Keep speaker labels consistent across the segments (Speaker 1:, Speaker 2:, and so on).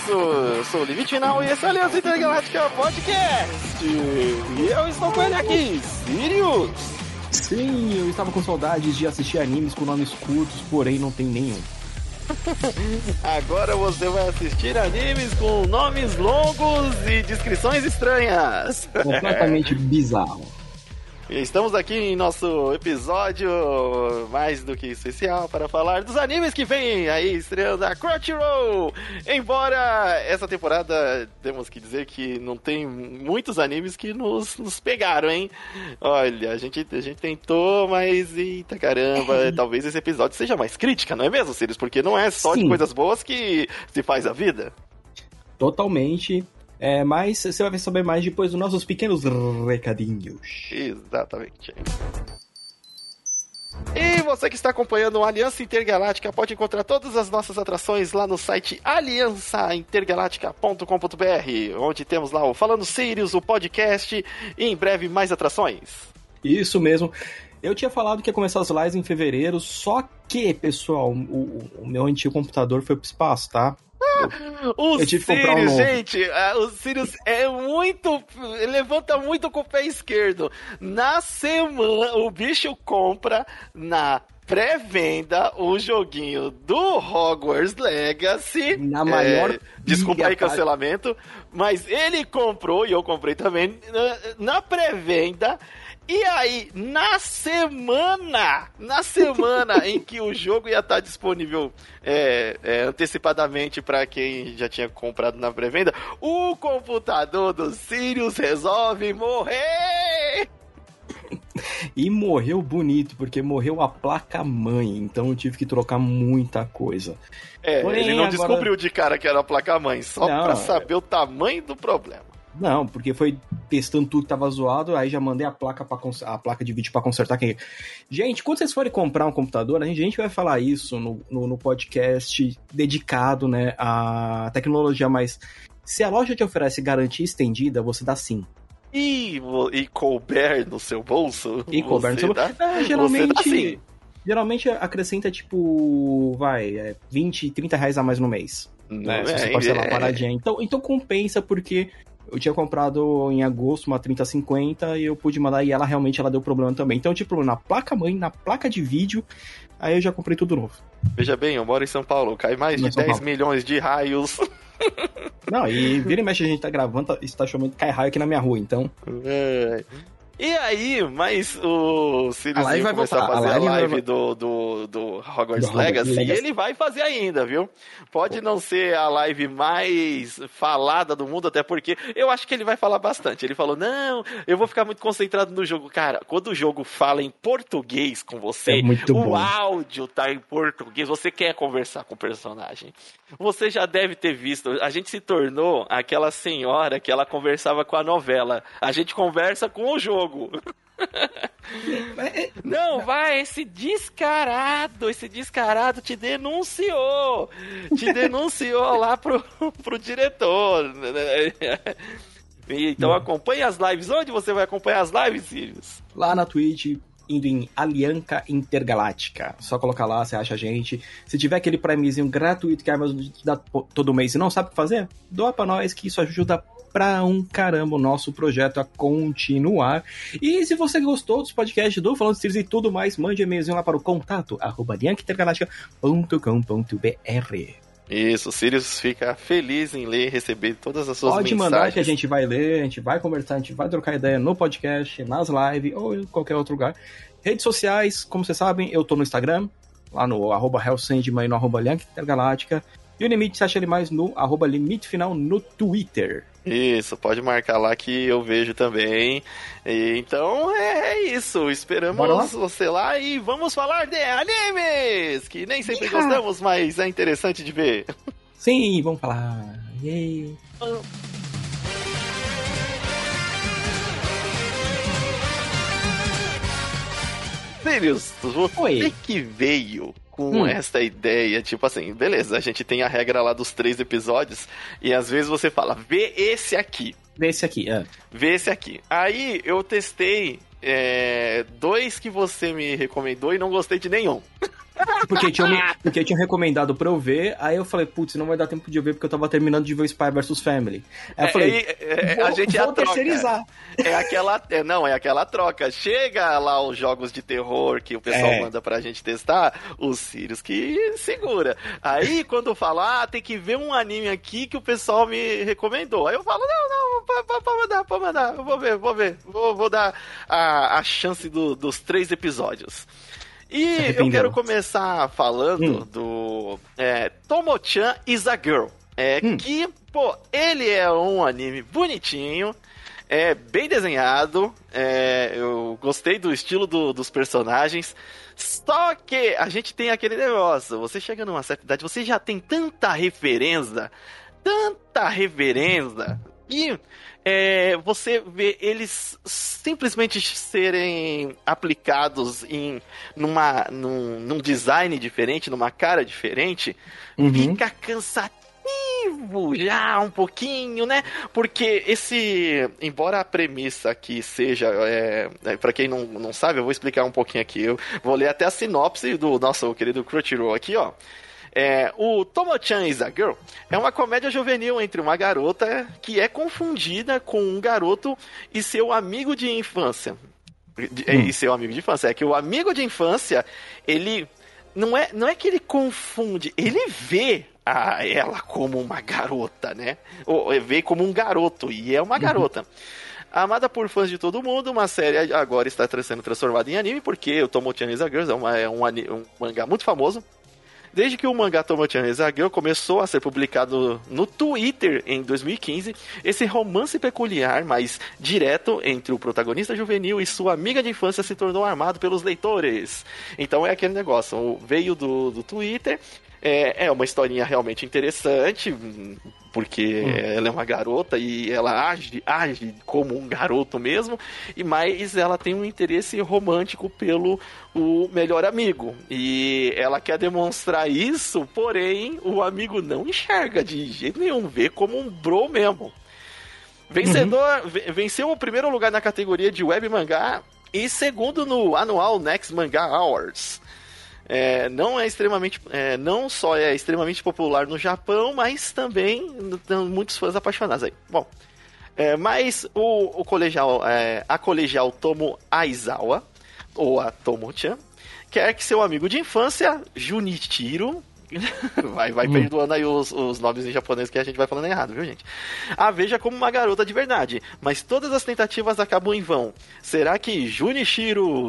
Speaker 1: isso! Eu sou o Limite Final e esse é o Aliança Intergaláctica Podcast! E eu estou com ele aqui, Sirius!
Speaker 2: Sim, eu estava com saudades de assistir animes com nomes curtos, porém não tem nenhum.
Speaker 1: Agora você vai assistir animes com nomes longos e descrições estranhas!
Speaker 2: Completamente bizarro.
Speaker 1: E estamos aqui em nosso episódio mais do que especial para falar dos animes que vem aí estreando a Crunchyroll. Embora essa temporada, temos que dizer que não tem muitos animes que nos pegaram, hein? Olha, a gente tentou, mas eita caramba, talvez esse episódio seja mais crítica, não é mesmo, Sirius? Porque não é só de coisas boas que se faz a vida.
Speaker 2: Totalmente. Mas você vai saber mais depois dos nossos pequenos recadinhos.
Speaker 1: Exatamente. E você que está acompanhando o Aliança Intergaláctica pode encontrar todas as nossas atrações lá no site aliançaintergaláctica.com.br, onde temos lá o Falando Sirius, o podcast e em breve mais atrações.
Speaker 2: Isso mesmo. Eu tinha falado que ia começar as lives em fevereiro, só que, pessoal, o meu antigo computador foi pro espaço, tá?
Speaker 1: O Sirius, gente, o Sirius levanta muito com o pé esquerdo. Na semana, o bicho compra na pré-venda o joguinho do Hogwarts Legacy.
Speaker 2: Na maior...
Speaker 1: desculpa aí cancelamento, mas ele comprou, e eu comprei também, na pré-venda. E aí, na semana em que o jogo ia estar disponível antecipadamente para quem já tinha comprado na pré-venda, o computador do Sirius resolve morrer!
Speaker 2: E morreu bonito, porque morreu a placa-mãe, então eu tive que trocar muita coisa.
Speaker 1: Porém, ele não descobriu de cara que era a placa-mãe, só para saber o tamanho do problema.
Speaker 2: Não, porque foi testando tudo que tava zoado, aí já mandei a placa de vídeo pra consertar. Gente, quando vocês forem comprar um computador, a gente vai falar isso no podcast dedicado, né, à tecnologia, mas se a loja te oferece garantia estendida, você dá sim.
Speaker 1: E couber no seu bolso?
Speaker 2: E couber no seu bolso? Geralmente acrescenta, tipo, 20, 30 reais a mais no mês. Né? Se você parcelar paradinha. Então compensa, porque eu tinha comprado em agosto uma 3050 e eu pude mandar, e ela deu problema também. Então eu tive problema na placa-mãe, na placa de vídeo, aí eu já comprei tudo novo.
Speaker 1: Veja bem, eu moro em São Paulo, cai mais de 10 milhões de raios.
Speaker 2: Não, e vira e mexe, a gente tá gravando, está chovendo, cai raio aqui na minha rua, então...
Speaker 1: E aí, mas o Sirius vai começar a fazer a live do Hogwarts Legacy, e ele vai fazer ainda, viu? Pode não ser a live mais falada do mundo, até porque eu acho que ele vai falar bastante. Ele falou, não, eu vou ficar muito concentrado no jogo. Cara, quando o jogo fala em português com você, áudio tá em português, você quer conversar com o personagem. Você já deve ter visto, a gente se tornou aquela senhora que ela conversava com a novela. A gente conversa com o jogo. Não, esse descarado te denunciou lá pro diretor. Então acompanhe as lives. Onde você vai acompanhar as lives, Sirius?
Speaker 2: Lá na Twitch, indo em Aliança Intergaláctica. Só colocar lá, você acha a gente. Se tiver aquele primezinho gratuito que a Amazon dá todo mês e não sabe o que fazer, doa pra nós, que isso ajuda pra caramba o nosso projeto a continuar. E se você gostou dos podcasts do Falando Sirius e tudo mais, mande e-mailzinho lá para o contato@aliancaintergaláctica.com.br.
Speaker 1: Isso, o Sirius fica feliz em ler e receber todas as suas
Speaker 2: mensagens.
Speaker 1: Pode
Speaker 2: mandar que a gente vai ler, a gente vai conversar, a gente vai trocar ideia no podcast, nas lives ou em qualquer outro lugar. Redes sociais, como vocês sabem, eu tô no Instagram, lá no @hellsandman e no @aliancaintergaláctica. E o Limite, você acha ele mais no @limitefinal no Twitter.
Speaker 1: Isso, pode marcar lá que eu vejo também. E, então é isso, esperamos você lá e vamos falar de animes, que nem sempre gostamos, mas é interessante de ver.
Speaker 2: Sim, vamos falar. Yay.
Speaker 1: Sirius, você que veio com essa ideia, tipo assim, beleza, a gente tem a regra lá dos 3 episódios, e às vezes você fala, vê esse aqui.
Speaker 2: Vê esse aqui,
Speaker 1: Vê esse aqui. Aí eu testei 2 que você me recomendou e não gostei de nenhum.
Speaker 2: Porque tinham recomendado pra eu ver, aí eu falei, putz, não vai dar tempo de eu ver porque eu tava terminando de ver o Spy vs Family. Aí eu falei,
Speaker 1: a gente
Speaker 2: vou terceirizar.
Speaker 1: É aquela troca. Chega lá os jogos de terror que o pessoal manda pra gente testar, os Sirius que segura. Aí quando fala, tem que ver um anime aqui que o pessoal me recomendou. Aí eu falo, não, pode mandar, eu vou ver. Vou dar a chance dos 3 episódios. E eu quero começar falando do Tomo-chan is a Girl. Que, ele é um anime bonitinho, bem desenhado, eu gostei do estilo dos personagens, só que a gente tem aquele negócio, você chega numa certa idade, você já tem tanta referência, e você vê eles simplesmente serem aplicados num design diferente, numa cara diferente, fica cansativo já um pouquinho, né? Porque embora a premissa aqui seja, pra quem não sabe, eu vou explicar um pouquinho aqui, eu vou ler até a sinopse do nosso querido Crunchyroll aqui, ó. O Tomo-chan is a Girl é uma comédia juvenil entre uma garota que é confundida com um garoto e seu amigo de infância. É que o amigo de infância, ele não é que ele confunde, ele vê ela como uma garota, né? Ou vê como um garoto, e é uma garota. Amada por fãs de todo mundo, uma série agora está sendo transformada em anime, porque o Tomo-chan is a Girl é um mangá muito famoso. Desde que o mangá Tomo-chan is a Girl começou a ser publicado no Twitter em 2015, esse romance peculiar, mas direto entre o protagonista juvenil e sua amiga de infância se tornou amado pelos leitores. Então é aquele negócio, veio do Twitter, é uma historinha realmente interessante, porque ela é uma garota e ela age como um garoto mesmo, mas ela tem um interesse romântico pelo o melhor amigo. E ela quer demonstrar isso, porém o amigo não enxerga de jeito nenhum, vê como um bro mesmo. Venceu o primeiro lugar na categoria de web mangá e segundo no anual Next Manga Awards. Não só é extremamente popular no Japão, mas também tem muitos fãs apaixonados aí. Bom, mas a colegial Tomo Aizawa, ou a Tomo-chan, quer que seu amigo de infância, Junichiro, vai perdoando aí os nomes em japonês que a gente vai falando errado, viu, gente? A veja como uma garota de verdade, mas todas as tentativas acabam em vão. Será que Junichiro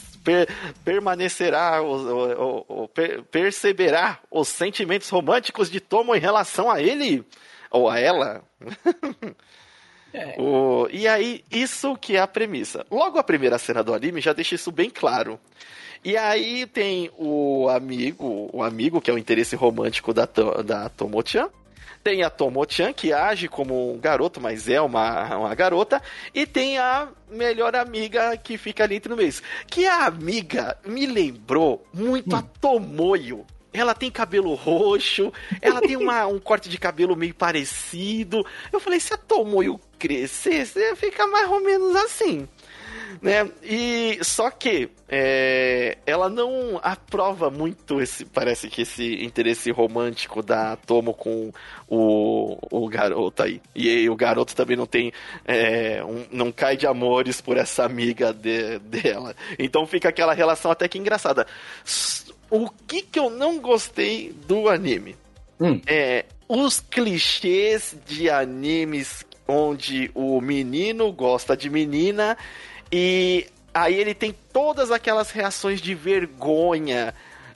Speaker 1: perceberá os sentimentos românticos de Tomo em relação a ele? Ou a ela? E aí, isso que é a premissa. Logo a primeira cena do anime já deixa isso bem claro. E aí tem o amigo que é o interesse romântico da Tomo-chan. Tem a Tomo-chan, que age como um garoto, mas é uma garota. E tem a melhor amiga que fica ali entre no meio. Que a amiga me lembrou muito a Tomoyo. Ela tem cabelo roxo, ela tem um corte de cabelo meio parecido. Eu falei, se a Tomoyo crescer, você fica mais ou menos assim, né? E só que ela não aprova muito parece que esse interesse romântico da Tomo com o garoto aí. E aí, o garoto também não tem não cai de amores por essa amiga dela. Então fica aquela relação até que engraçada. O que eu não gostei do anime? Os clichês de animes onde o menino gosta de menina e aí ele tem todas aquelas reações de vergonha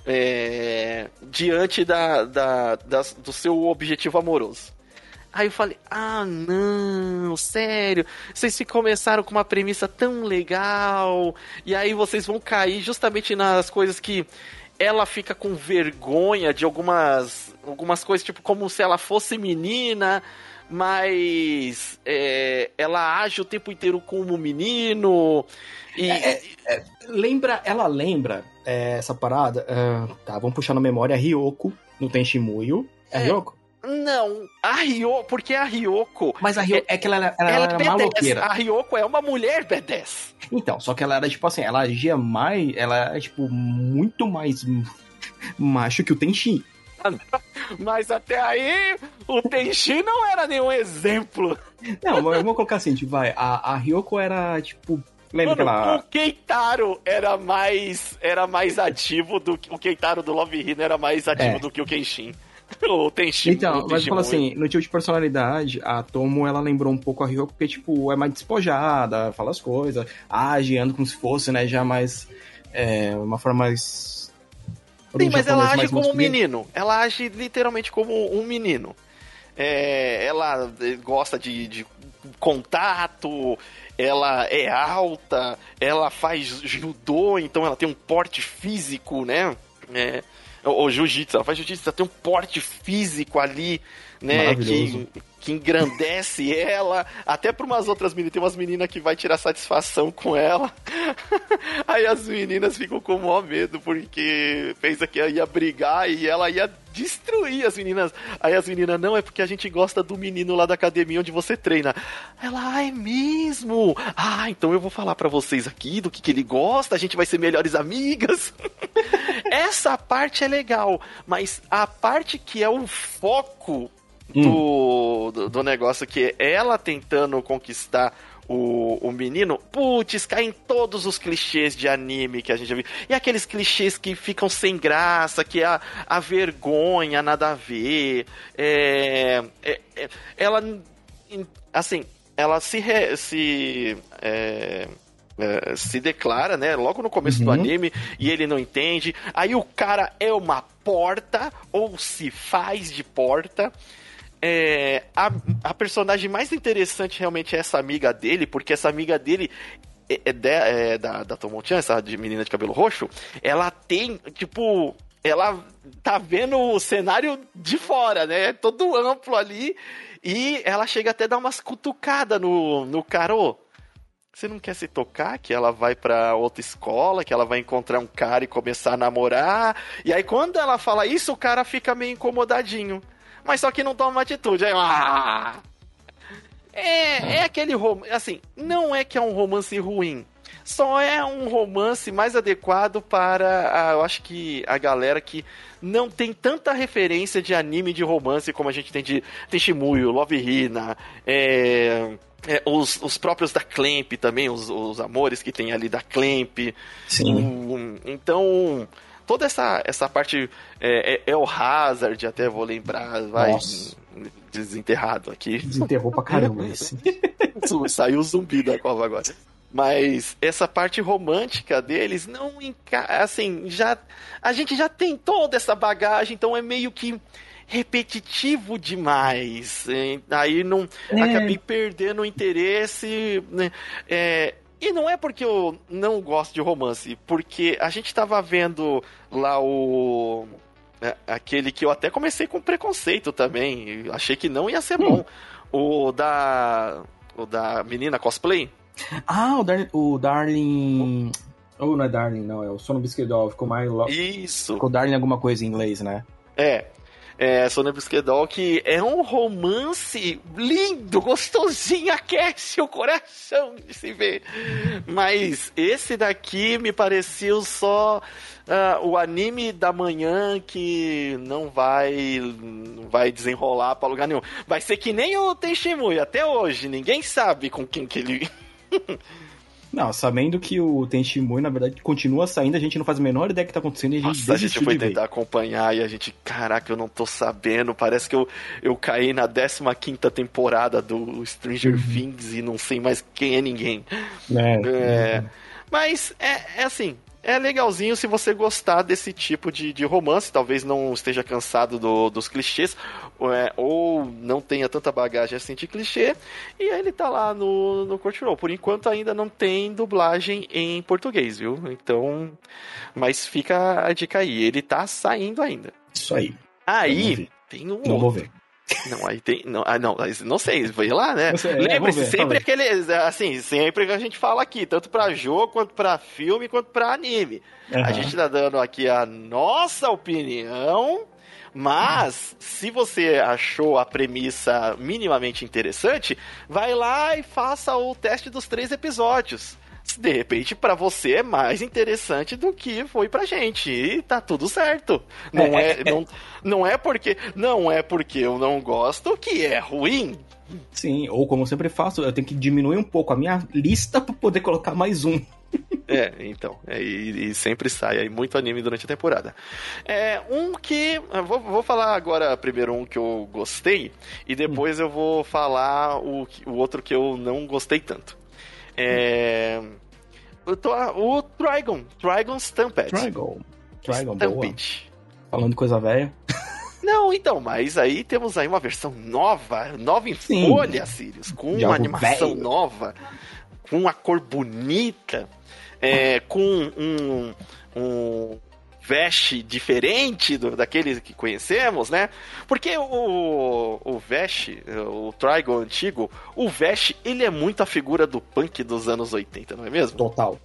Speaker 1: diante do seu objetivo amoroso. Aí eu falei, não, sério, vocês começaram com uma premissa tão legal, e aí vocês vão cair justamente nas coisas que ela fica com vergonha de algumas coisas, tipo, como se ela fosse menina, mas ela age o tempo inteiro como menino. E
Speaker 2: ela lembra essa parada. Vamos puxar na memória a Ryoko no Tenshimuyo. É a Ryoko?
Speaker 1: Não, a Ryoko, porque a Ryoko...
Speaker 2: Mas a Ryoko é que ela era maloqueira.
Speaker 1: A Ryoko é uma mulher B10.
Speaker 2: Então, só que ela era tipo assim, ela agia mais, ela é tipo muito mais macho que o Tenshin.
Speaker 1: Mas até aí, o Tenshin não era nenhum exemplo.
Speaker 2: Não, mas vamos colocar assim, tipo, a Ryoko era, tipo... Lembra que ela...
Speaker 1: O Keitaro era mais ativo do que... O Keitaro do Love Hina era mais ativo do que o Kenshin. O Tenshin.
Speaker 2: Então, mas fala assim, no tipo de personalidade, a Tomo, ela lembrou um pouco a Ryoko, porque, tipo, é mais despojada, fala as coisas, age, anda como se fosse, né, já mais... uma forma mais...
Speaker 1: Sim, mas ela age como um menino. Ela age literalmente como um menino. Ela gosta de contato, ela é alta, ela faz judô, então ela tem um porte físico, né? Ou jiu-jitsu, ela faz jiu-jitsu, ela tem um porte físico ali, né? Que engrandece ela, até para umas outras meninas. Tem umas meninas que vai tirar satisfação com ela. Aí as meninas ficam com o maior medo, porque pensa que ela ia brigar e ela ia destruir as meninas. Aí as meninas, não, é porque a gente gosta do menino lá da academia onde você treina. Ela, é mesmo? Então eu vou falar pra vocês aqui do que ele gosta, a gente vai ser melhores amigas. Essa parte é legal, mas a parte que é o foco do negócio, que é ela tentando conquistar o menino, putz, caem todos os clichês de anime que a gente já viu. E aqueles clichês que ficam sem graça, que é a vergonha, nada a ver. Ela, assim, ela se declara, né, logo no começo do anime, e ele não entende. Aí o cara é uma porta, ou se faz de porta. A personagem mais interessante realmente é essa amiga dele, porque essa amiga dele da Tomo-chan, essa menina de cabelo roxo. Ela tem, tipo, ela tá vendo o cenário de fora, né? Todo amplo ali, e ela chega até a dar umas cutucadas no cara. Você não quer se tocar? Que ela vai pra outra escola, que ela vai encontrar um cara e começar a namorar. E aí quando ela fala isso, o cara fica meio incomodadinho. Mas só que não toma uma atitude. Aí, é aquele romance, assim, não é que é um romance ruim. Só é um romance mais adequado para, eu acho que a galera que não tem tanta referência de anime de romance como a gente tem de Shimuyo, Love Hina, os próprios da Clamp também, os amores que tem ali da Clamp.
Speaker 2: Sim.
Speaker 1: Então, toda essa parte é o Hazard, até vou lembrar, vai.
Speaker 2: Nossa.
Speaker 1: Desenterrado aqui.
Speaker 2: Desenterrou pra caramba esse.
Speaker 1: Saiu o zumbi da cova agora. Mas essa parte romântica deles não assim, a gente já tem toda essa bagagem, então é meio que repetitivo demais. Aí acabei perdendo o interesse, né? E não é porque eu não gosto de romance, porque a gente tava vendo lá aquele que eu até comecei com preconceito também. Achei que não ia ser bom. O da menina cosplay.
Speaker 2: O Darling... não é Darling, não. É o Sono Biscuit Doll. Ficou mais...
Speaker 1: Isso.
Speaker 2: Ficou Darling alguma coisa em inglês, né?
Speaker 1: Sono Biscuit Doll, que é um romance lindo, gostosinho, aquece o coração de se ver. Mas esse daqui me pareceu só o anime da manhã que não vai desenrolar pra lugar nenhum. Vai ser que nem o Tenshinmui, até hoje. Ninguém sabe com quem que ele...
Speaker 2: Não, sabendo que o Tenshinmui, na verdade, continua saindo, a gente não faz a menor ideia do que tá acontecendo e
Speaker 1: a gente foi tentar acompanhar e a gente, caraca, eu não tô sabendo, parece que eu caí na 15ª temporada do Stranger Things e não sei mais quem é ninguém. Mas é assim, é legalzinho se você gostar desse tipo de romance, talvez não esteja cansado dos clichês, ou não tenha tanta bagagem assim de clichê, e aí ele tá lá no Crunchyroll. Por enquanto ainda não tem dublagem em português, viu? Então, mas fica a dica aí, ele tá saindo ainda.
Speaker 2: Isso aí.
Speaker 1: Aí tem um
Speaker 2: não vou ver.
Speaker 1: Não, aí tem. Não sei, vai lá, né? Lembre-se, sempre aqueles. Assim, sempre que a gente fala aqui, tanto pra jogo, quanto pra filme, quanto pra anime. A gente tá dando aqui a nossa opinião, mas se você achou a premissa minimamente interessante, vai lá e faça o teste dos 3 episódios. de repente pra você é mais interessante do que foi pra gente, e tá tudo certo. Não é porque eu não gosto que é ruim.
Speaker 2: Sim, ou como eu sempre faço, eu tenho que diminuir um pouco a minha lista pra poder colocar mais um.
Speaker 1: Então. E sempre sai aí muito anime durante a temporada. Um que... Vou falar agora primeiro um que eu gostei, e depois eu vou falar o outro que eu não gostei tanto. O Trigon Stampede.
Speaker 2: Trigon, boa. Falando de coisa velha.
Speaker 1: Não, então, mas aí temos aí uma versão nova em folha, Sirius, com uma animação nova, com uma cor bonita, com um Vash diferente daqueles que conhecemos, né? Porque o Vash, o Trigon antigo, o Vash, ele é muito a figura do punk dos anos 80, não é mesmo?
Speaker 2: Total.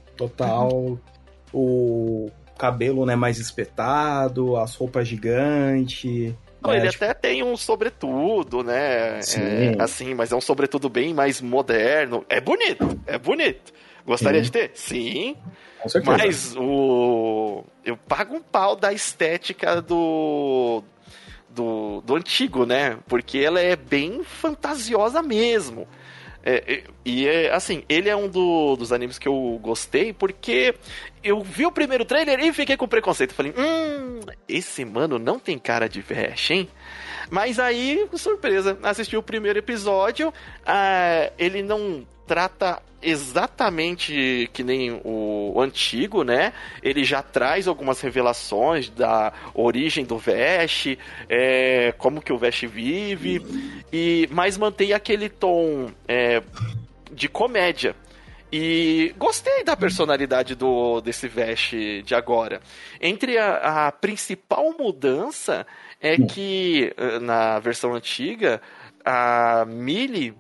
Speaker 2: O cabelo, né, mais espetado, as roupas gigantes.
Speaker 1: Ele até tem um sobretudo, né? Assim, mas é um sobretudo bem mais moderno. É bonito. Gostaria de ter? Sim.
Speaker 2: Com certeza.
Speaker 1: Mas eu pago um pau da estética do antigo, né? Porque ela é bem fantasiosa mesmo. Assim, ele é um dos animes que eu gostei, porque eu vi o primeiro trailer e fiquei com preconceito. Falei, esse mano não tem cara de Vash, hein? Mas aí, surpresa, assisti o primeiro episódio, ele não trata exatamente que nem o antigo, né? Ele já traz algumas revelações da origem do Vash, como que o Vash vive, mas mantém aquele tom de comédia. E gostei da personalidade desse Vash de agora. Entre a principal mudança é que na versão antiga a Millie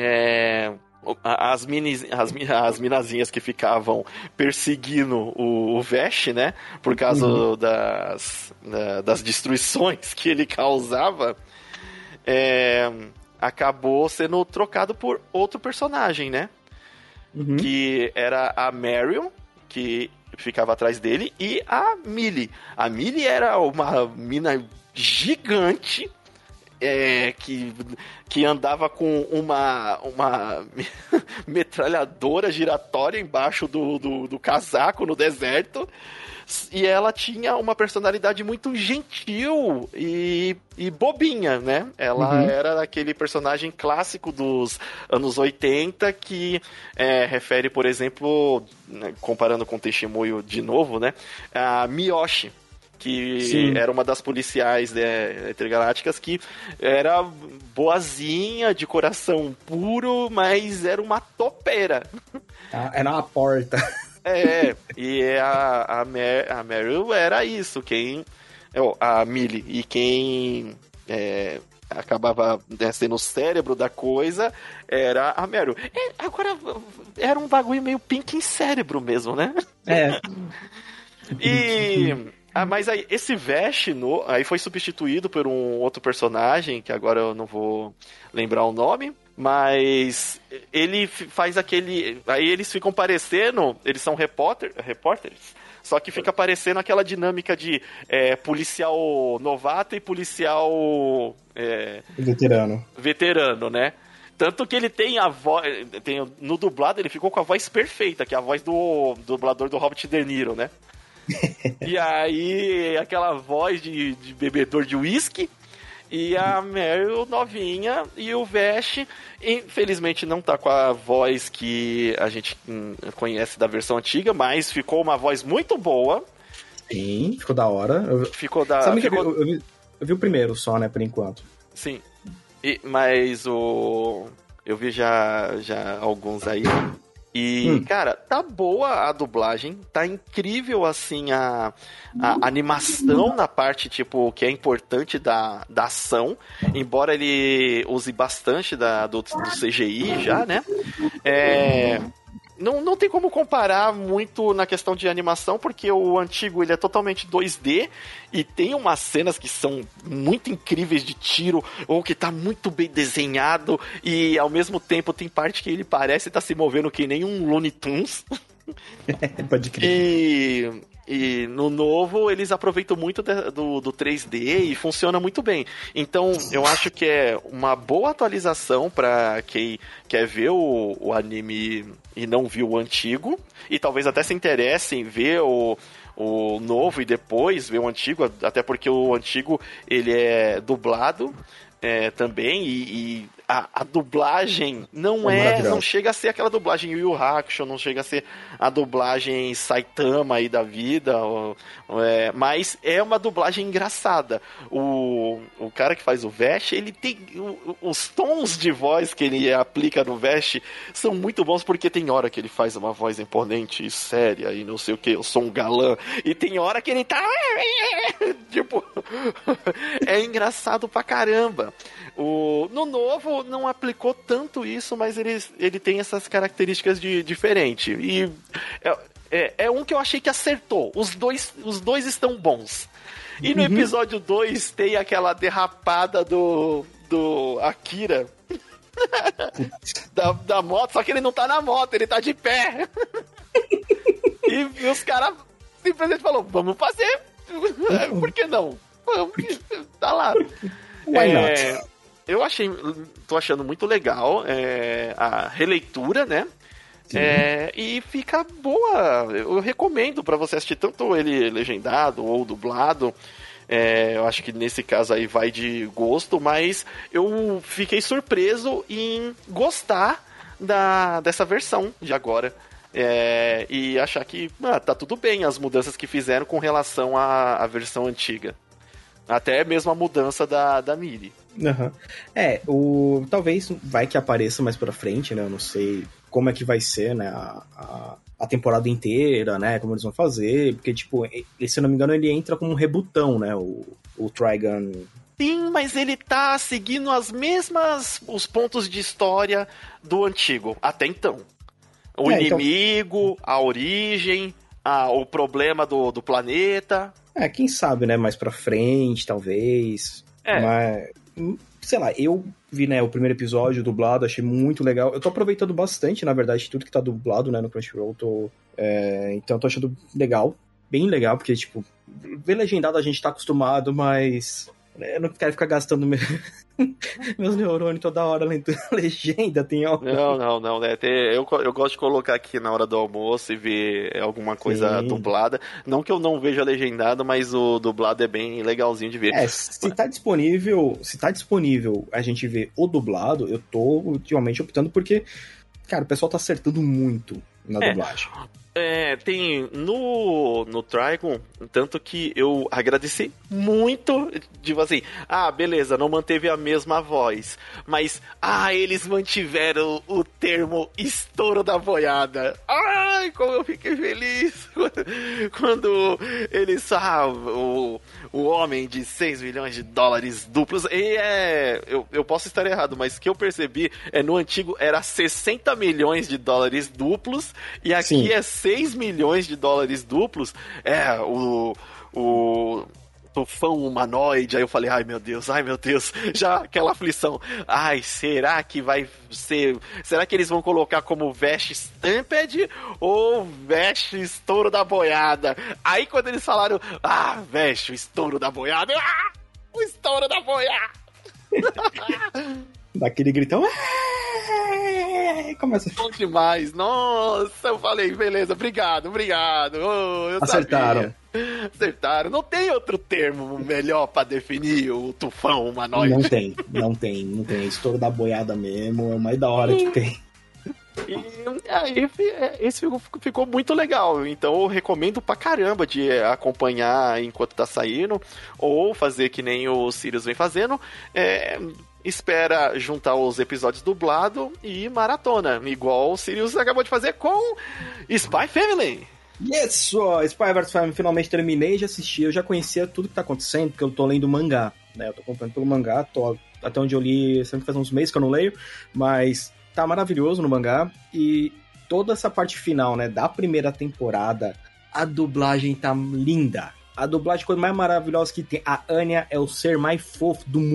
Speaker 1: as minazinhas que ficavam perseguindo o Vash, né? Por causa das destruições que ele causava, acabou sendo trocado por outro personagem, né? Que era a Marion, que ficava atrás dele, e a Millie. A Millie era uma mina gigante, que andava com uma metralhadora giratória embaixo do casaco no deserto, e ela tinha uma personalidade muito gentil e bobinha, né? Ela era aquele personagem clássico dos anos 80 que refere, por exemplo, comparando com o Testemunho de novo, né? A Miyoshi, que era uma das policiais intergalácticas, que era boazinha, de coração puro, mas era uma topeira.
Speaker 2: Era uma porta.
Speaker 1: E a Meryl era isso, a Millie, e quem acabava sendo o cérebro da coisa era a Meryl. Agora, era um bagulho meio Pink em cérebro mesmo, né? Mas aí, esse Vash aí foi substituído por um outro personagem, que agora eu não vou lembrar o nome, mas ele faz aquele... Aí eles ficam parecendo... Eles são repórteres, só que fica parecendo aquela dinâmica de policial novato e policial... veterano, né? Tanto que ele tem a voz... No dublado ele ficou com a voz perfeita, que é a voz do dublador do Robert De Niro, né? E aí, aquela voz de bebedor de uísque, e a Meryl novinha, e o Vash, infelizmente, não tá com a voz que a gente conhece da versão antiga, mas ficou uma voz muito boa.
Speaker 2: Sim, ficou da hora. Eu vi o primeiro só, né, por enquanto.
Speaker 1: Sim, mas eu vi já alguns aí. E, cara, tá boa a dublagem, tá incrível, assim, a animação na parte, tipo, que é importante da ação, embora ele use bastante do CGI já, né? Não tem como comparar muito na questão de animação, porque o antigo ele é totalmente 2D e tem umas cenas que são muito incríveis de tiro, ou que tá muito bem desenhado, e ao mesmo tempo tem parte que ele parece estar se movendo que nem um Looney Tunes.
Speaker 2: Pode crer.
Speaker 1: E no novo eles aproveitam muito do 3D e funciona muito bem. Então eu acho que é uma boa atualização pra quem quer ver o anime e não viu o antigo. E talvez até se interesse em ver o novo e depois ver o antigo, até porque o antigo ele é dublado também e a dublagem não chega a ser aquela dublagem Yu Yu Hakusho, não chega a ser a dublagem Saitama aí da vida, mas é uma dublagem engraçada. O cara que faz o Vash, ele tem os tons de voz que ele aplica no Vash são muito bons, porque tem hora que ele faz uma voz imponente e séria e não sei o que, eu sou um galã, e tem hora que ele tá tipo é engraçado pra caramba. No novo não aplicou tanto isso, mas ele tem essas características diferente. E é um que eu achei que acertou. Os dois estão bons. E no episódio 2 tem aquela derrapada do Akira da moto, só que ele não tá na moto, ele tá de pé. E os caras simplesmente falaram, vamos fazer. Por que não? Tá lá.
Speaker 2: Why not?
Speaker 1: Eu tô achando muito legal a releitura, né? E fica boa. Eu recomendo pra você assistir tanto ele legendado ou dublado. Eu acho que nesse caso aí vai de gosto, mas eu fiquei surpreso em gostar dessa versão de agora. E achar que tá tudo bem as mudanças que fizeram com relação à versão antiga. Até mesmo a mudança da Miri.
Speaker 2: Uhum. Talvez vai que apareça mais pra frente, né? Eu não sei como é que vai ser, né? A temporada inteira, né? Como eles vão fazer. Porque, tipo, se eu não me engano, ele entra como um rebutão, né? O Trigun.
Speaker 1: Sim, mas ele tá seguindo os pontos de história do antigo, até então. O inimigo, a origem, o problema do planeta.
Speaker 2: Quem sabe, né? Mais pra frente, talvez. Mas, sei lá, eu vi, né, o primeiro episódio dublado, achei muito legal. Eu tô aproveitando bastante, na verdade, tudo que tá dublado, né, no Crunchyroll. Então eu tô achando legal, bem legal, porque, tipo, ver legendado a gente tá acostumado, mas eu não quero ficar gastando meus neurônios toda hora lendo legenda, tem algo.
Speaker 1: Não, né? Eu gosto de colocar aqui na hora do almoço e ver alguma coisa dublada. Não que eu não veja legendado, mas o dublado é bem legalzinho de ver.
Speaker 2: Se tá disponível a gente ver o dublado, eu tô ultimamente optando porque, cara, o pessoal tá acertando muito na dublagem.
Speaker 1: Tem no Trigun, tanto que eu agradeci muito, tipo assim, beleza, não manteve a mesma voz, mas, eles mantiveram o termo estouro da boiada. Ai, como eu fiquei feliz quando eles, o homem de 6 milhões de dólares duplos, e eu posso estar errado, mas o que eu percebi no antigo era 60 milhões de dólares duplos, e aqui Sim. 6 milhões de dólares duplos. O tufão humanoide. Aí eu falei, ai meu Deus, já aquela aflição. Será que vai ser... Será que eles vão colocar como Vash Stampede ou Vash Estouro da Boiada? Aí quando eles falaram, Vash, o Estouro da Boiada, o Estouro da Boiada.
Speaker 2: Daquele gritão. Começa.
Speaker 1: Bom demais. Nossa, eu falei, beleza, obrigado. Eu
Speaker 2: Acertaram.
Speaker 1: Acertaram. Não tem outro termo melhor pra definir o tufão humanoide.
Speaker 2: Não tem. Estouro da boiada mesmo, é o mais da hora que tem.
Speaker 1: E aí, esse ficou muito legal. Então eu recomendo pra caramba de acompanhar enquanto tá saindo, ou fazer que nem o Sirius vem fazendo. Espera juntar os episódios dublado e maratona, igual o Sirius acabou de fazer com Spy Family.
Speaker 2: Spy vs Family, finalmente terminei de assistir. Eu já conhecia tudo que tá acontecendo, porque eu tô lendo mangá, né? Eu tô acompanhando pelo mangá, até onde eu li, sempre faz uns meses que eu não leio, mas tá maravilhoso no mangá. E toda essa parte final, né, da primeira temporada, a dublagem tá linda. A dublagem, coisa mais maravilhosa que tem. A Anya é o ser mais fofo do mundo.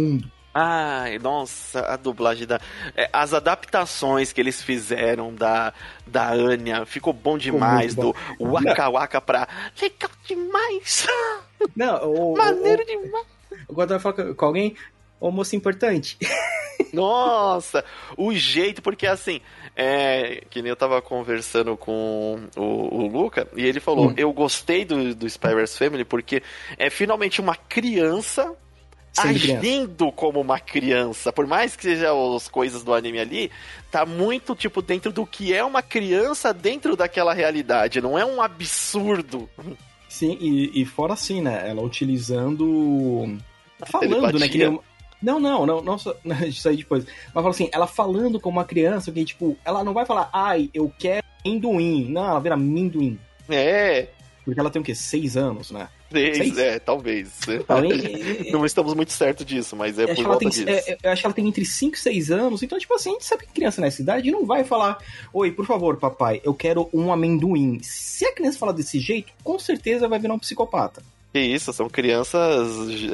Speaker 1: Ai, nossa, a dublagem as adaptações que eles fizeram da Anya, ficou bom demais, bom. Do Waka Waka pra legal demais.
Speaker 2: Não,
Speaker 1: maneiro demais.
Speaker 2: Agora eu falo com alguém, ô moço importante.
Speaker 1: Nossa, o jeito, porque assim, que nem eu tava conversando com o Luca, e ele falou, eu gostei do Spy vs Family porque é finalmente uma criança agindo como uma criança. Por mais que seja as coisas do anime ali, tá muito, tipo, dentro do que é uma criança dentro daquela realidade. Não é um absurdo.
Speaker 2: Sim, e fora assim, né? Ela utilizando... Falando, né? Que nem... Não, isso aí depois. Mas fala assim, ela falando como uma criança, que tipo, ela não vai falar, ai, eu quero amendoim. Não, ela vira amendoim. Porque ela tem o quê? 6 anos, né?
Speaker 1: 6? Talvez. Não estamos muito certos disso, mas por volta disso.
Speaker 2: Eu acho que ela tem entre 5 e 6 anos, então, tipo assim, a gente sabe que criança nessa idade não vai falar, oi, por favor, papai, eu quero um amendoim. Se a criança falar desse jeito, com certeza vai virar um psicopata.
Speaker 1: Que isso, são crianças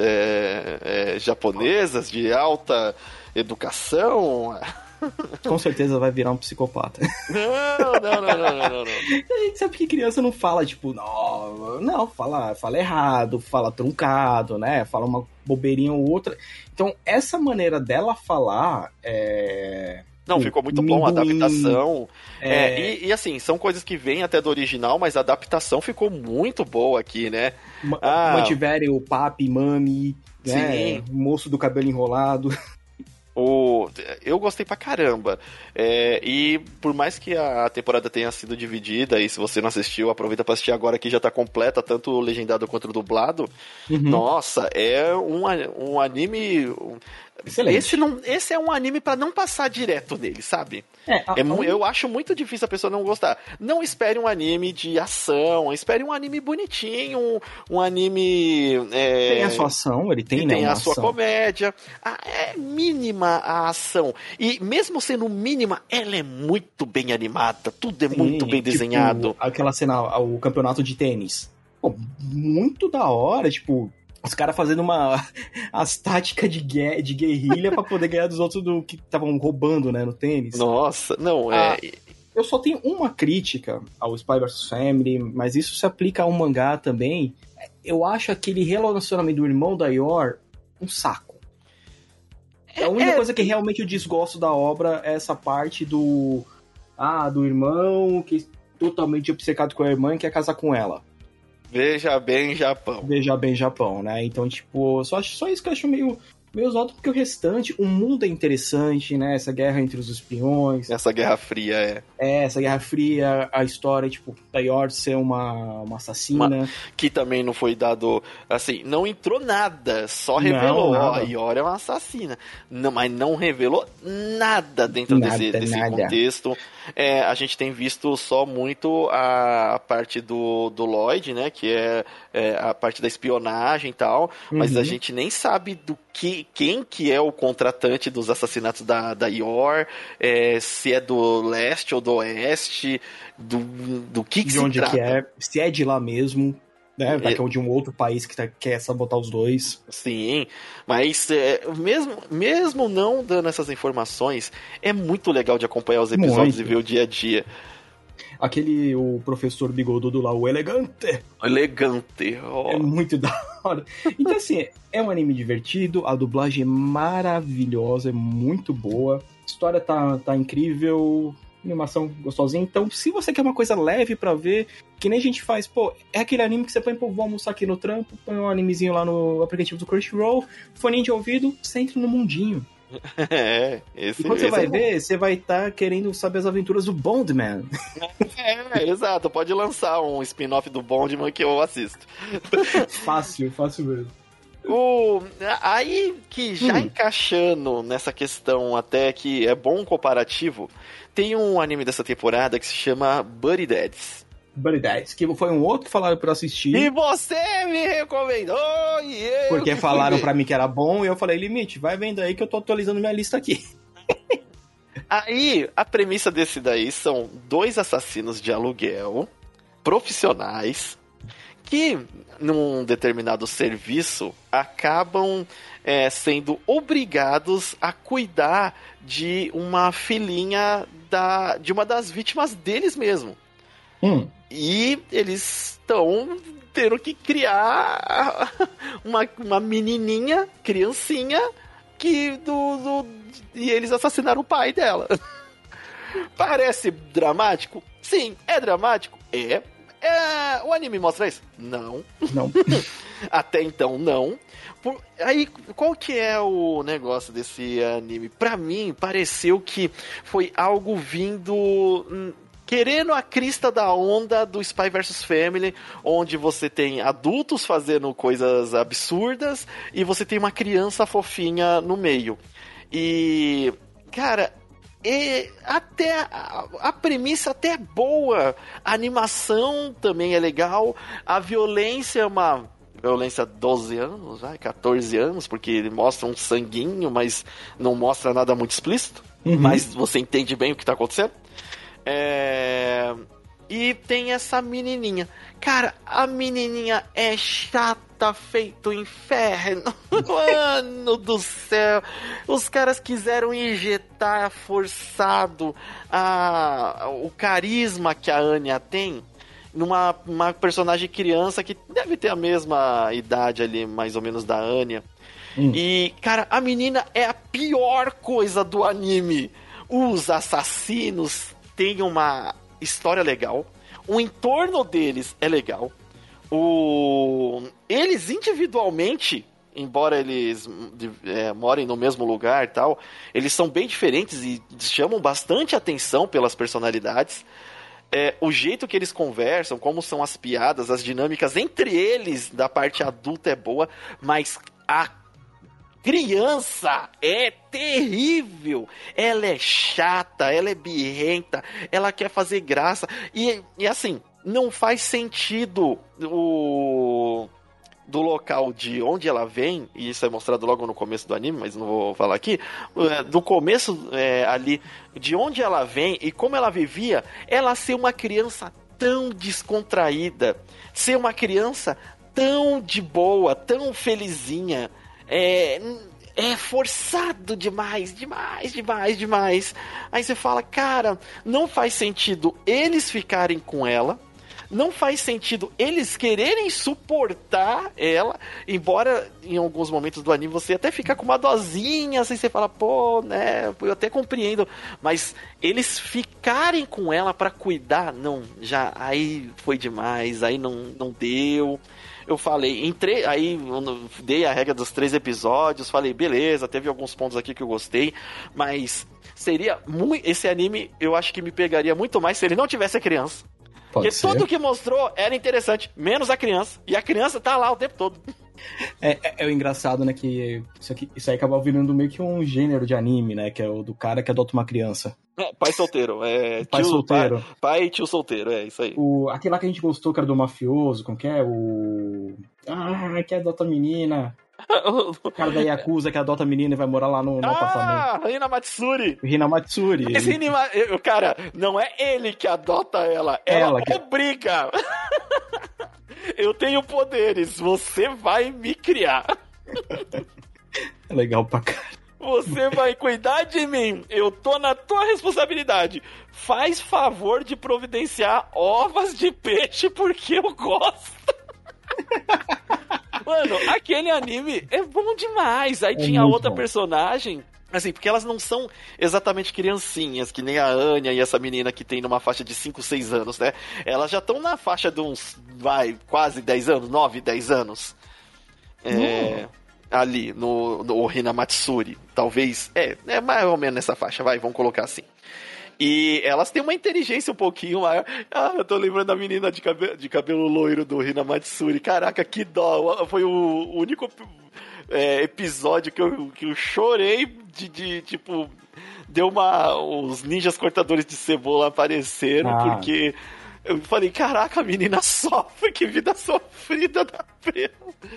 Speaker 1: japonesas de alta educação.
Speaker 2: Com certeza vai virar um psicopata.
Speaker 1: Não.
Speaker 2: A gente sabe que criança não fala, tipo, não, fala errado, fala truncado, né? Fala uma bobeirinha ou outra. Então, essa maneira dela falar
Speaker 1: Não, ficou muito bom a adaptação. E assim, são coisas que vêm até do original, mas a adaptação ficou muito boa aqui, né?
Speaker 2: Mantiverem o papi, mami, né? O moço do cabelo enrolado.
Speaker 1: Eu gostei pra caramba. E por mais que a temporada tenha sido dividida, e se você não assistiu, aproveita pra assistir agora que já tá completa, tanto o legendado quanto o dublado. Nossa, é um anime...
Speaker 2: Excelente.
Speaker 1: Esse é um anime pra não passar direto nele, sabe? Eu acho muito difícil a pessoa não gostar. Não espere um anime de ação, espere um anime bonitinho, um anime...
Speaker 2: Tem a sua ação, ele tem, né?
Speaker 1: Tem a sua comédia. É mínima a ação. E mesmo sendo mínima, ela é muito bem animada. Tudo é muito bem desenhado.
Speaker 2: Tipo, aquela cena, o campeonato de tênis. Pô, muito da hora, tipo... Os caras fazendo as táticas de guerrilha pra poder ganhar dos outros que estavam roubando, né, no tênis.
Speaker 1: Nossa, não,
Speaker 2: Eu só tenho uma crítica ao Spy vs Family, mas isso se aplica a um mangá também. Eu acho aquele relacionamento do irmão da Yor um saco. A única coisa que realmente eu desgosto da obra é essa parte do irmão que é totalmente obcecado com a irmã e quer casar com ela.
Speaker 1: Veja bem
Speaker 2: Japão, né? Então, tipo, só isso que eu acho meio zoado, porque o restante, o mundo é interessante, né? Essa guerra entre os espiões.
Speaker 1: Essa Guerra Fria,
Speaker 2: essa Guerra Fria, a história, tipo, da Yor ser uma assassina.
Speaker 1: Que também não foi dado, assim, não entrou nada, só revelou, a Yor é uma assassina. Não, mas não revelou nada dentro desse contexto. A gente tem visto só muito a parte do Lloyd, né? Que é a parte da espionagem e tal, mas a gente nem sabe quem que é o contratante dos assassinatos da Yor, se é do leste ou do oeste, do que
Speaker 2: de
Speaker 1: se
Speaker 2: onde
Speaker 1: trata.
Speaker 2: Que é, se é de lá mesmo, né? Vai que é de um outro país que quer sabotar os dois.
Speaker 1: Sim, mas mesmo não dando essas informações, é muito legal de acompanhar os episódios e ver o dia a dia.
Speaker 2: O professor bigodudo lá, o Elegante.
Speaker 1: É
Speaker 2: muito da hora. Então, assim, é um anime divertido, a dublagem é maravilhosa, é muito boa, a história tá incrível, animação gostosinha. Então, se você quer uma coisa leve pra ver, que nem a gente faz, é aquele anime que você põe, vou almoçar aqui no trampo, põe um animezinho lá no aplicativo do Crunchyroll, foninho de ouvido, você entra no mundinho. E quando você vai ver, você vai estar querendo saber as aventuras do Bondman.
Speaker 1: Exato, pode lançar um spin-off do Bondman que eu assisto.
Speaker 2: Fácil mesmo.
Speaker 1: Aí que já encaixando nessa questão até que é bom comparativo, tem um anime dessa temporada que se chama Buddy Daddies.
Speaker 2: Buddy Daddies, que foi um outro que falaram pra eu assistir.
Speaker 1: E você me recomendou!
Speaker 2: Porque falaram pra mim que era bom e eu falei, Limite, vai vendo aí que eu tô atualizando minha lista aqui.
Speaker 1: Aí, a premissa desse daí são 2 assassinos de aluguel, profissionais, que, num determinado serviço, acabam sendo obrigados a cuidar de uma filhinha de uma das vítimas deles mesmo. E eles estão tendo que criar uma menininha, criancinha, e eles assassinaram o pai dela. Parece dramático? Sim. É dramático? O anime mostra isso? Não. Até então, não. Aí, qual que é o negócio desse anime? Pra mim, pareceu que foi algo vindo... querendo a crista da onda do Spy vs Family, onde você tem adultos fazendo coisas absurdas e você tem uma criança fofinha no meio. E, cara... até a premissa até é boa, a animação também é legal, a violência é uma violência 12 anos, 14 anos, porque ele mostra um sanguinho, mas não mostra nada muito explícito, mas você entende bem o que está acontecendo. E tem essa menininha. Cara, a menininha é chata feito inferno. Mano do céu. Os caras quiseram injetar forçado o carisma que a Anya tem numa personagem criança que deve ter a mesma idade ali, mais ou menos, da Anya. E, cara, a menina é a pior coisa do anime. Os assassinos têm uma história legal, o entorno deles é legal, eles individualmente, embora eles morem no mesmo lugar e tal, eles são bem diferentes e chamam bastante atenção pelas personalidades. O jeito que eles conversam, como são as piadas, as dinâmicas entre eles da parte adulta é boa, mas a criança é terrível, ela é chata, ela é birrenta, ela quer fazer graça, e assim, não faz sentido do local de onde ela vem, e isso é mostrado logo no começo do anime, mas não vou falar aqui, do começo ali, de onde ela vem e como ela vivia, ela ser uma criança tão descontraída, ser uma criança tão de boa, tão felizinha, é forçado demais. Aí você fala, cara, não faz sentido eles ficarem com ela, não faz sentido eles quererem suportar ela, embora em alguns momentos do anime você até fica com uma dosinha, assim, você fala, pô, né, eu até compreendo, mas eles ficarem com ela pra cuidar, não, já, aí foi demais, aí não deu. Eu falei, aí eu dei a regra dos 3 episódios, falei, beleza, teve alguns pontos aqui que eu gostei, mas seria muito, esse anime eu acho que me pegaria muito mais se ele não tivesse a criança. Porque tudo que mostrou era interessante, menos a criança, e a criança tá lá o tempo todo.
Speaker 2: É o engraçado, né, que isso aí acaba virando meio que um gênero de anime, né, que é o do cara que adota uma criança.
Speaker 1: Pai solteiro,
Speaker 2: pai solteiro.
Speaker 1: Pai e tio solteiro, é isso aí.
Speaker 2: Aquele lá que a gente gostou, que era do mafioso, como que é? Que adota a menina. O cara da Yakuza que adota a menina e vai morar lá no apartamento.
Speaker 1: Hina Matsuri.
Speaker 2: Hina Matsuri.
Speaker 1: Mas cara, não é ele que adota ela obriga. Eu tenho poderes, você vai me criar.
Speaker 2: É legal pra caralho.
Speaker 1: Você vai cuidar de mim, eu tô na tua responsabilidade. Faz favor de providenciar ovas de peixe porque eu gosto. Mano, aquele anime é bom demais. Aí tinha outra personagem, assim, porque elas não são exatamente criancinhas, que nem a Anya e essa menina que tem numa faixa de 5, 6 anos, né? Elas já estão na faixa de uns, quase 10 anos, 9, 10 anos. Ali, no Hina Matsuri. Talvez, é mais ou menos nessa faixa, vamos colocar assim. E elas têm uma inteligência um pouquinho maior. Eu tô lembrando da menina de cabelo loiro do Hina Matsuri. Caraca, que dó. Foi o único episódio que eu chorei de tipo... Os ninjas cortadores de cebola apareceram, porque eu falei, caraca, a menina sofre, que vida sofrida da preta.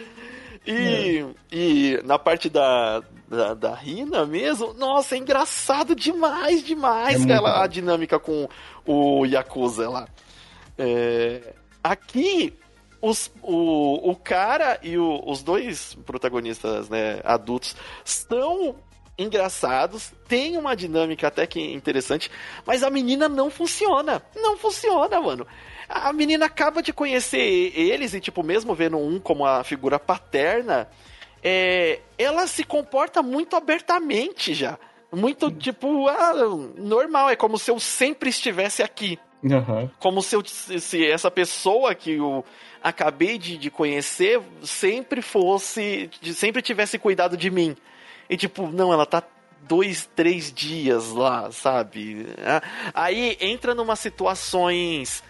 Speaker 1: E na parte da Hina mesmo, nossa, é engraçado demais, a dinâmica com o Yakuza lá. Aqui, o cara e os dois protagonistas, né, adultos, são engraçados, tem uma dinâmica até que interessante, mas a menina não funciona. Não funciona, mano. A menina acaba de conhecer eles e, tipo, mesmo vendo um como a figura paterna, ela se comporta muito abertamente já. Muito, tipo, normal. É como se eu sempre estivesse aqui.
Speaker 2: Uhum.
Speaker 1: Como se essa pessoa que eu acabei de conhecer sempre tivesse cuidado de mim. E tipo, não, ela tá 2, 3 dias lá, sabe? Aí entra numa situações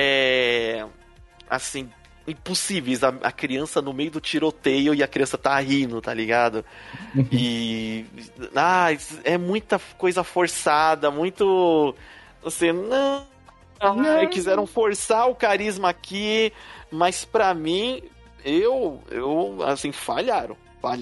Speaker 1: assim, impossíveis. A criança no meio do tiroteio e a criança tá rindo, tá ligado? E é muita coisa forçada, muito você não quiseram forçar o carisma aqui, mas pra mim eu assim, falharam.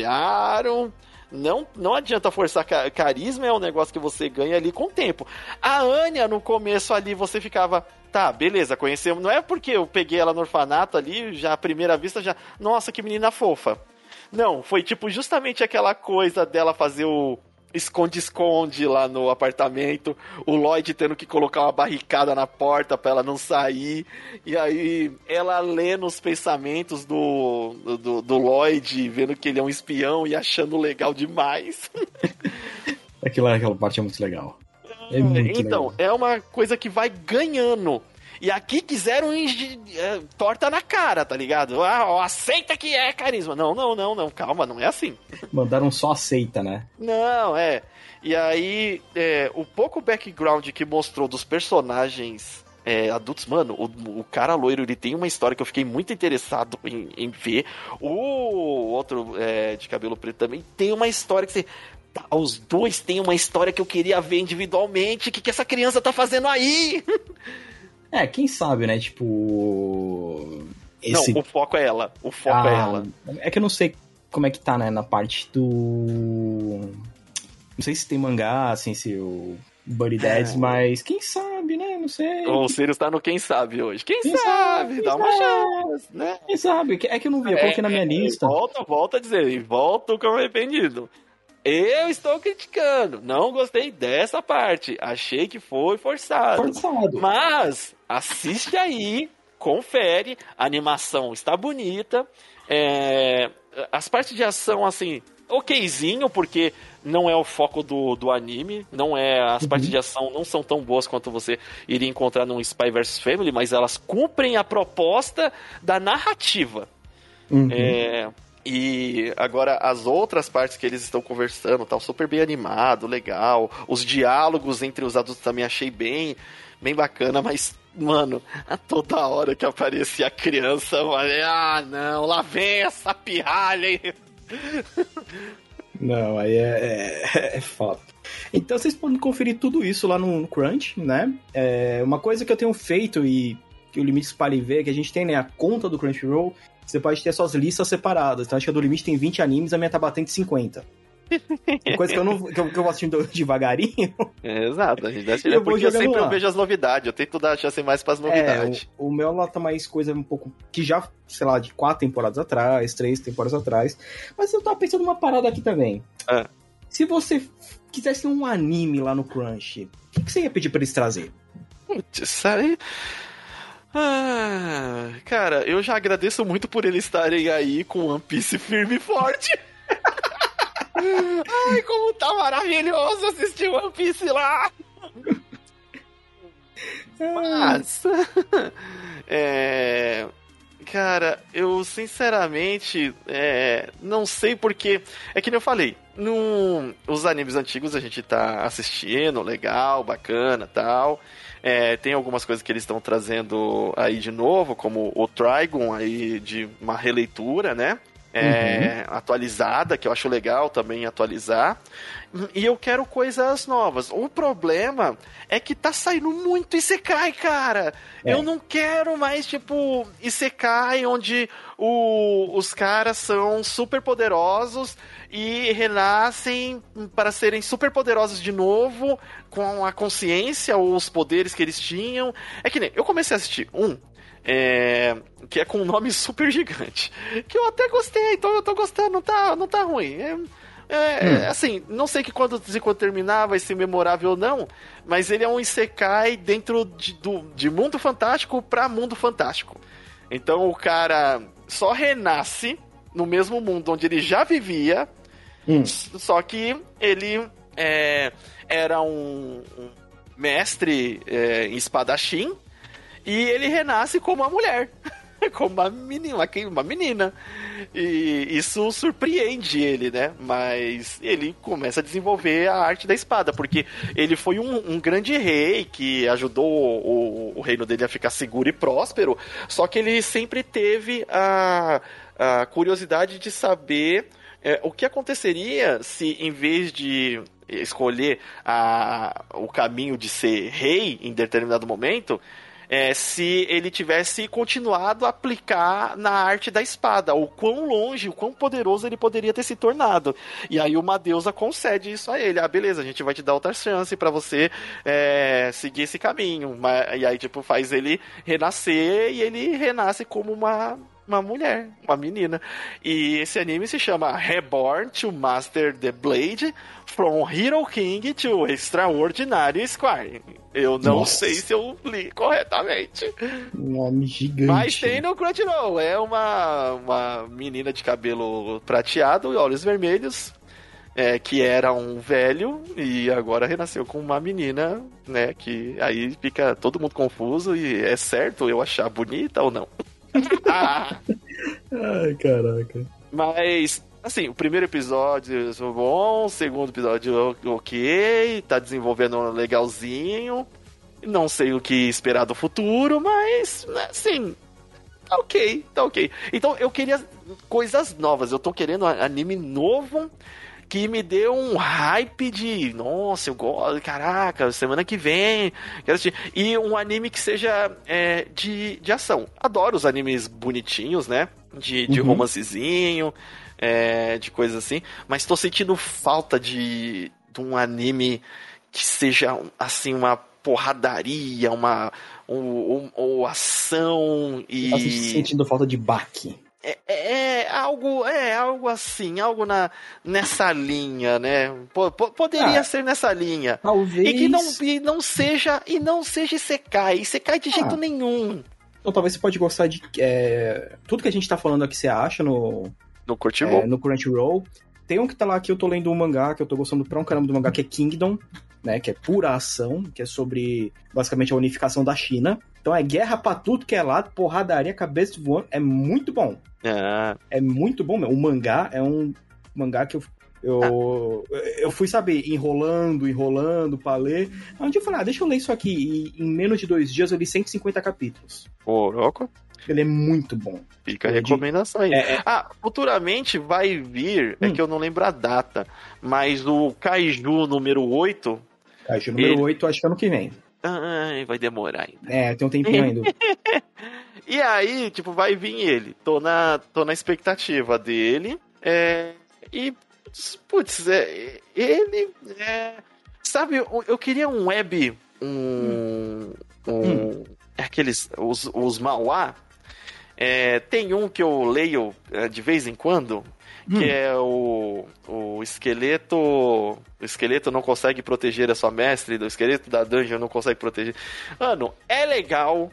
Speaker 1: Não adianta forçar carisma, é um negócio que você ganha ali com o tempo. A Anya, no começo ali, você ficava, tá, beleza, conhecemos. Não é porque eu peguei ela no orfanato ali, já à primeira vista, já, nossa, que menina fofa. Não, foi tipo justamente aquela coisa dela fazer o esconde-esconde lá no apartamento, o Lloyd tendo que colocar uma barricada na porta pra ela não sair, e aí ela lê nos pensamentos do Lloyd, vendo que ele é um espião e achando legal demais.
Speaker 2: Aquela parte é muito legal. Muito
Speaker 1: então,
Speaker 2: legal.
Speaker 1: É uma coisa que vai ganhando. E aqui quiseram torta na cara, tá ligado? Aceita que é carisma. Não, calma, não é assim.
Speaker 2: Mandaram só aceita, né?
Speaker 1: Não, E aí, o pouco background que mostrou dos personagens adultos, mano, o cara loiro, ele tem uma história que eu fiquei muito interessado em ver. O outro de cabelo preto também tem uma história que você... os dois têm uma história que eu queria ver individualmente. O que essa criança tá fazendo aí?
Speaker 2: Quem sabe, né? Tipo...
Speaker 1: Não, o foco é ela. O foco é ela.
Speaker 2: É que eu não sei como é que tá, né? Na parte do... Não sei se tem mangá, assim, se o Buddy Dads, mas quem sabe, né? Não sei.
Speaker 1: O Sirius tá no quem sabe hoje. Quem sabe? Dá uma chance, né?
Speaker 2: Quem sabe? É que eu não vi, eu coloquei na minha lista.
Speaker 1: Volto a dizer, e volto com arrependido. Eu estou criticando. Não gostei dessa parte. Achei que foi forçado. Mas assiste aí, confere. A animação está bonita. As partes de ação, assim, okzinho, porque não é o foco do anime. As partes de ação não são tão boas quanto você iria encontrar num Spy vs Family, mas elas cumprem a proposta da narrativa. E agora as outras partes que eles estão conversando, tá super bem animado, legal. Os diálogos entre os adultos também achei bem bacana, mas, mano, a toda hora que aparecia a criança, eu falei, não, lá vem essa pirralha aí.
Speaker 2: Não, aí é foda. Então vocês podem conferir tudo isso lá no Crunch, né? Uma coisa que eu tenho feito e que o Limite pode ver, que a gente tem, né, a conta do Crunchyroll. Você pode ter suas listas separadas. Então, acho que a do Limite tem 20 animes, a minha tá batendo 50. Coisa que eu vou assistindo devagarinho.
Speaker 1: Exato, a gente assiste, porque eu sempre vejo as novidades. Eu tento dar chance mais pras novidades.
Speaker 2: O meu lá tá mais coisa um pouco... Que já, sei lá, de 4 temporadas atrás, 3 temporadas atrás. Mas eu tava pensando uma parada aqui também. Se você quisesse um anime lá no Crunch, o que você ia pedir pra eles trazer?
Speaker 1: Putz, isso aí... cara, eu já agradeço muito por eles estarem aí com One Piece firme e forte. Ai, como tá maravilhoso assistir One Piece lá. Mas cara, eu sinceramente não sei porque. É que nem eu falei, os animes antigos a gente tá assistindo, legal, bacana, tal. Tem algumas coisas que eles estão trazendo aí de novo, como o Trigon aí de uma releitura, né? Atualizada, que eu acho legal também atualizar. E eu quero coisas novas. O problema é que tá saindo muito Isekai, cara. Eu não quero mais, tipo, Isekai onde os caras são super poderosos e renascem para serem super poderosos de novo, com a consciência ou os poderes que eles tinham. É que nem, eu comecei a assistir que é com um nome super gigante. Que eu até gostei, então eu tô gostando, não tá ruim. Assim, não sei que quando terminar vai ser memorável ou não, mas ele é um isekai dentro de mundo fantástico pra mundo fantástico. Então o cara só renasce no mesmo mundo onde ele já vivia, só que ele era um mestre em espadachim, e ele renasce como uma mulher. Como uma menina. E isso surpreende ele, né? Mas ele começa a desenvolver a arte da espada, porque ele foi um grande rei que ajudou o reino dele a ficar seguro e próspero, só que ele sempre teve a curiosidade de saber o que aconteceria se, em vez de escolher o caminho de ser rei em determinado momento, se ele tivesse continuado a aplicar na arte da espada, o quão longe, o quão poderoso ele poderia ter se tornado. E aí uma deusa concede isso a ele. Beleza, a gente vai te dar outra chance pra você seguir esse caminho. E aí, tipo, faz ele renascer, e ele renasce como uma mulher, uma menina. E esse anime se chama Reborn to Master the Blade, From Hero King to Extraordinary Squire. Eu não sei se eu li corretamente.
Speaker 2: Nome gigante.
Speaker 1: Mas tem no Crunchyroll. É uma menina de cabelo prateado e olhos vermelhos, que era um velho e agora renasceu com uma menina, né? Que aí fica todo mundo confuso, e é certo eu achar bonita ou não?
Speaker 2: Ai, caraca.
Speaker 1: Mas, assim, o primeiro episódio foi bom, o segundo episódio ok, tá desenvolvendo legalzinho. Não sei o que esperar do futuro, mas, assim, tá ok. Então, eu queria coisas novas, eu tô querendo anime novo que me deu um hype de, nossa, eu gosto, caraca, semana que vem, quero assistir. E um anime que seja de ação. Adoro os animes bonitinhos, né? De romancezinho, de coisas assim. Mas tô sentindo falta de um anime que seja, assim, uma porradaria, uma ação e...
Speaker 2: Tá sentindo falta de baque.
Speaker 1: Algo assim, algo nessa linha, né? Poderia ser nessa linha.
Speaker 2: Talvez...
Speaker 1: E não seja Isekai de jeito nenhum.
Speaker 2: Então talvez você pode gostar de... tudo que a gente tá falando aqui você acha no
Speaker 1: Crunchyroll.
Speaker 2: No Crunchyroll. Tem um que tá lá que eu tô lendo um mangá, que eu tô gostando pra um caramba do mangá, que é Kingdom, né? Que é pura ação, que é sobre, basicamente, a unificação da China. Então é guerra pra tudo que é lado, porradaria, cabeça voando. É muito bom. É muito bom mesmo. O mangá é um mangá que eu fui, sabe, enrolando pra ler. Aí um dia eu falei, deixa eu ler isso aqui. E em menos de 2 dias eu li 150 capítulos.
Speaker 1: Louco.
Speaker 2: Ele é muito bom.
Speaker 1: Fica a recomendação aí. Futuramente vai vir, que eu não lembro a data, mas o Kaiju número 8...
Speaker 2: Kaiju número 8, acho que é ano que vem.
Speaker 1: Vai demorar ainda.
Speaker 2: Tem um tempinho ainda.
Speaker 1: E aí, tipo, vai vir ele. Tô na expectativa dele. E, putz, ele... sabe, eu queria um web... aqueles... Os manhwa. Tem um que eu leio de vez em quando, que é o esqueleto. O esqueleto não consegue proteger a sua mestre, o esqueleto da dungeon não consegue proteger. Mano, é legal,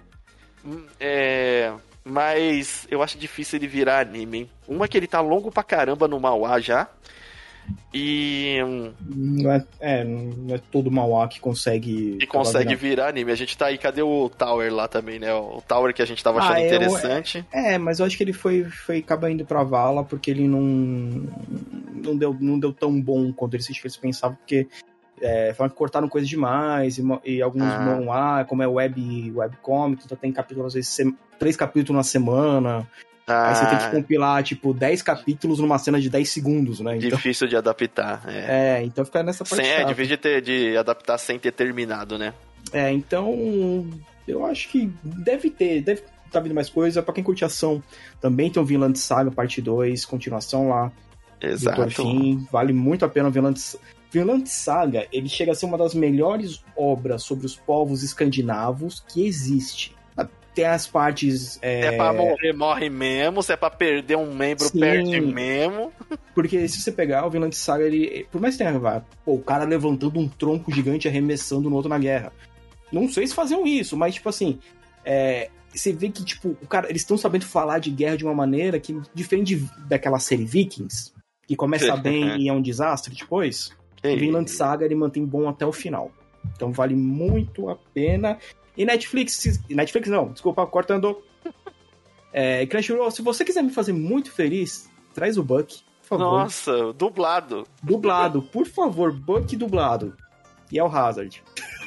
Speaker 1: mas eu acho difícil ele virar anime, hein? Uma que ele tá longo pra caramba no manhwa já. E
Speaker 2: não é todo manhwa que consegue
Speaker 1: virar anime. A gente tá aí, cadê o Tower lá também, né? O Tower que a gente tava achando interessante.
Speaker 2: Mas eu acho que ele foi acaba indo pra vala porque ele não deu tão bom quanto eles pensavam, porque falaram que cortaram coisas demais e alguns manhwa, como é webcomic, então tem capítulos, às vezes 3 capítulos na semana. Aí você tem que compilar, tipo, 10 capítulos numa cena de 10 segundos, né? Então...
Speaker 1: Difícil de adaptar.
Speaker 2: Então fica nessa parte.
Speaker 1: Difícil de adaptar sem ter terminado, né?
Speaker 2: Então eu acho que deve tá vindo mais coisa. Pra quem curte ação, também tem o Vinland Saga parte 2, continuação lá.
Speaker 1: Exato.
Speaker 2: Fim. Vale muito a pena o Vinland Saga. Ele chega a ser uma das melhores obras sobre os povos escandinavos que existe. tem as partes...
Speaker 1: Se é pra morrer, morre mesmo. Se é pra perder um membro, sim, perde mesmo.
Speaker 2: Porque se você pegar o Vinland Saga, ele... Por mais que tenha... o cara levantando um tronco gigante e arremessando no outro na guerra. Não sei se faziam isso, mas, tipo assim... você vê que, tipo, o cara, eles estão sabendo falar de guerra de uma maneira que, diferente daquela série Vikings, que começa bem e é um desastre depois, o Vinland Saga, ele mantém bom até o final. Então vale muito a pena. E Netflix não, desculpa, cortando. Crunchyroll, se você quiser me fazer muito feliz, traz o Buck, por favor.
Speaker 1: Nossa, dublado.
Speaker 2: Dublado, por favor, Buck dublado. E El Hazard.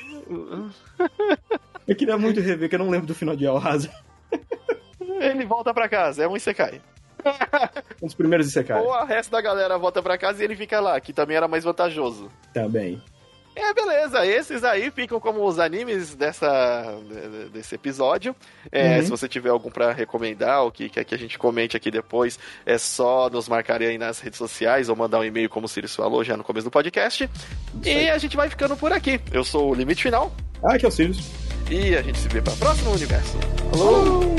Speaker 2: Eu queria muito rever, que eu não lembro do final de El Hazard.
Speaker 1: Ele volta pra casa, é um Isekai.
Speaker 2: Um dos primeiros Isekai.
Speaker 1: Ou o resto da galera volta pra casa e ele fica lá, que também era mais vantajoso.
Speaker 2: Também.
Speaker 1: Beleza, esses aí ficam como os animes desse episódio. Se você tiver algum pra recomendar, ou que quer que a gente comente aqui depois, é só nos marcar aí nas redes sociais ou mandar um e-mail, como o Sirius falou já no começo do podcast. E a gente vai ficando por aqui. Eu sou o Limite Final.
Speaker 2: Aqui é o Sirius.
Speaker 1: E a gente se vê para o próximo universo.
Speaker 2: Falou!